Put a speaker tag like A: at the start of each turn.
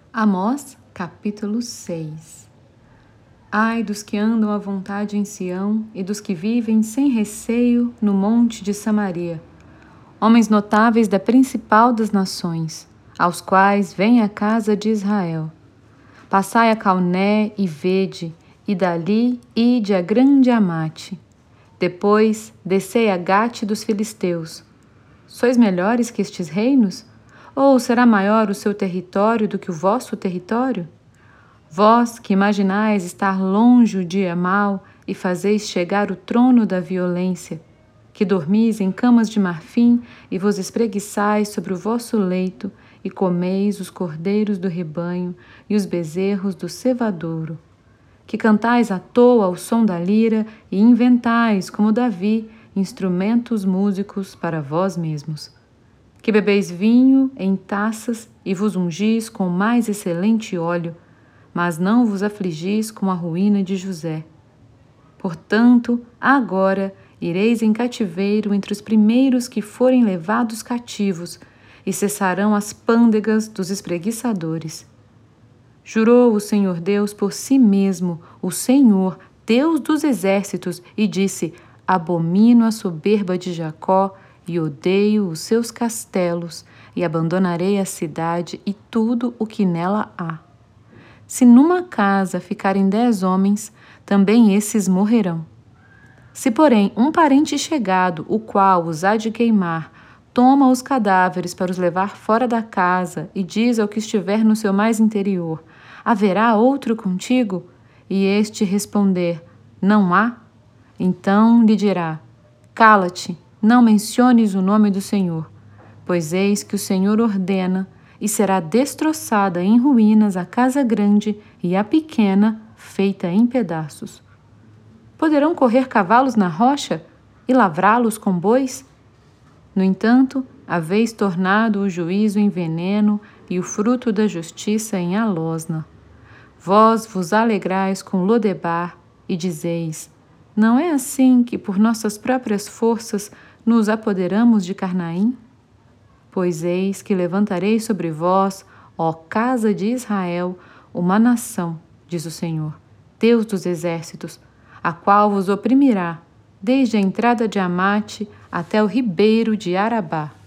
A: Amós, capítulo 6. Ai dos que andam à vontade em Sião e dos que vivem sem receio no monte de Samaria, homens notáveis da principal das nações, aos quais vem a casa de Israel. Passai a Calné e vede, e dali ide a grande Amate. Depois descei a Gate dos filisteus. Sois melhores que estes reinos? Ou será maior o seu território do que o vosso território? Vós que imaginais estar longe o dia mau e fazeis chegar o trono da violência, que dormis em camas de marfim e vos espreguiçais sobre o vosso leito e comeis os cordeiros do rebanho e os bezerros do cevadouro, que cantais à toa ao som da lira e inventais, como Davi, instrumentos músicos para vós mesmos, que bebeis vinho em taças e vos ungis com o mais excelente óleo, mas não vos afligis com a ruína de José. Portanto, agora ireis em cativeiro entre os primeiros que forem levados cativos, e cessarão as pândegas dos espreguiçadores. Jurou o Senhor Deus por si mesmo, o Senhor, Deus dos exércitos, e disse: abomino a soberba de Jacó e odeio os seus castelos, e abandonarei a cidade e tudo o que nela há. Se numa casa ficarem 10 homens, também esses morrerão. Se, porém, um parente chegado, o qual os há de queimar, toma os cadáveres para os levar fora da casa e diz ao que estiver no seu mais interior: haverá outro contigo? E este responder: não há? Então lhe dirá: cala-te, não menciones o nome do Senhor, pois eis que o Senhor ordena, e será destroçada em ruínas a casa grande e a pequena, feita em pedaços. Poderão correr cavalos na rocha e lavrá-los com bois? No entanto, haveis tornado o juízo em veneno e o fruto da justiça em alosna. Vós vos alegrais com Lodebar e dizeis: não é assim que por nossas próprias forças nos apoderamos de Carnaim? Pois eis que levantarei sobre vós, ó casa de Israel, uma nação, diz o Senhor, Deus dos exércitos, a qual vos oprimirá, desde a entrada de Amate até o ribeiro de Arabá.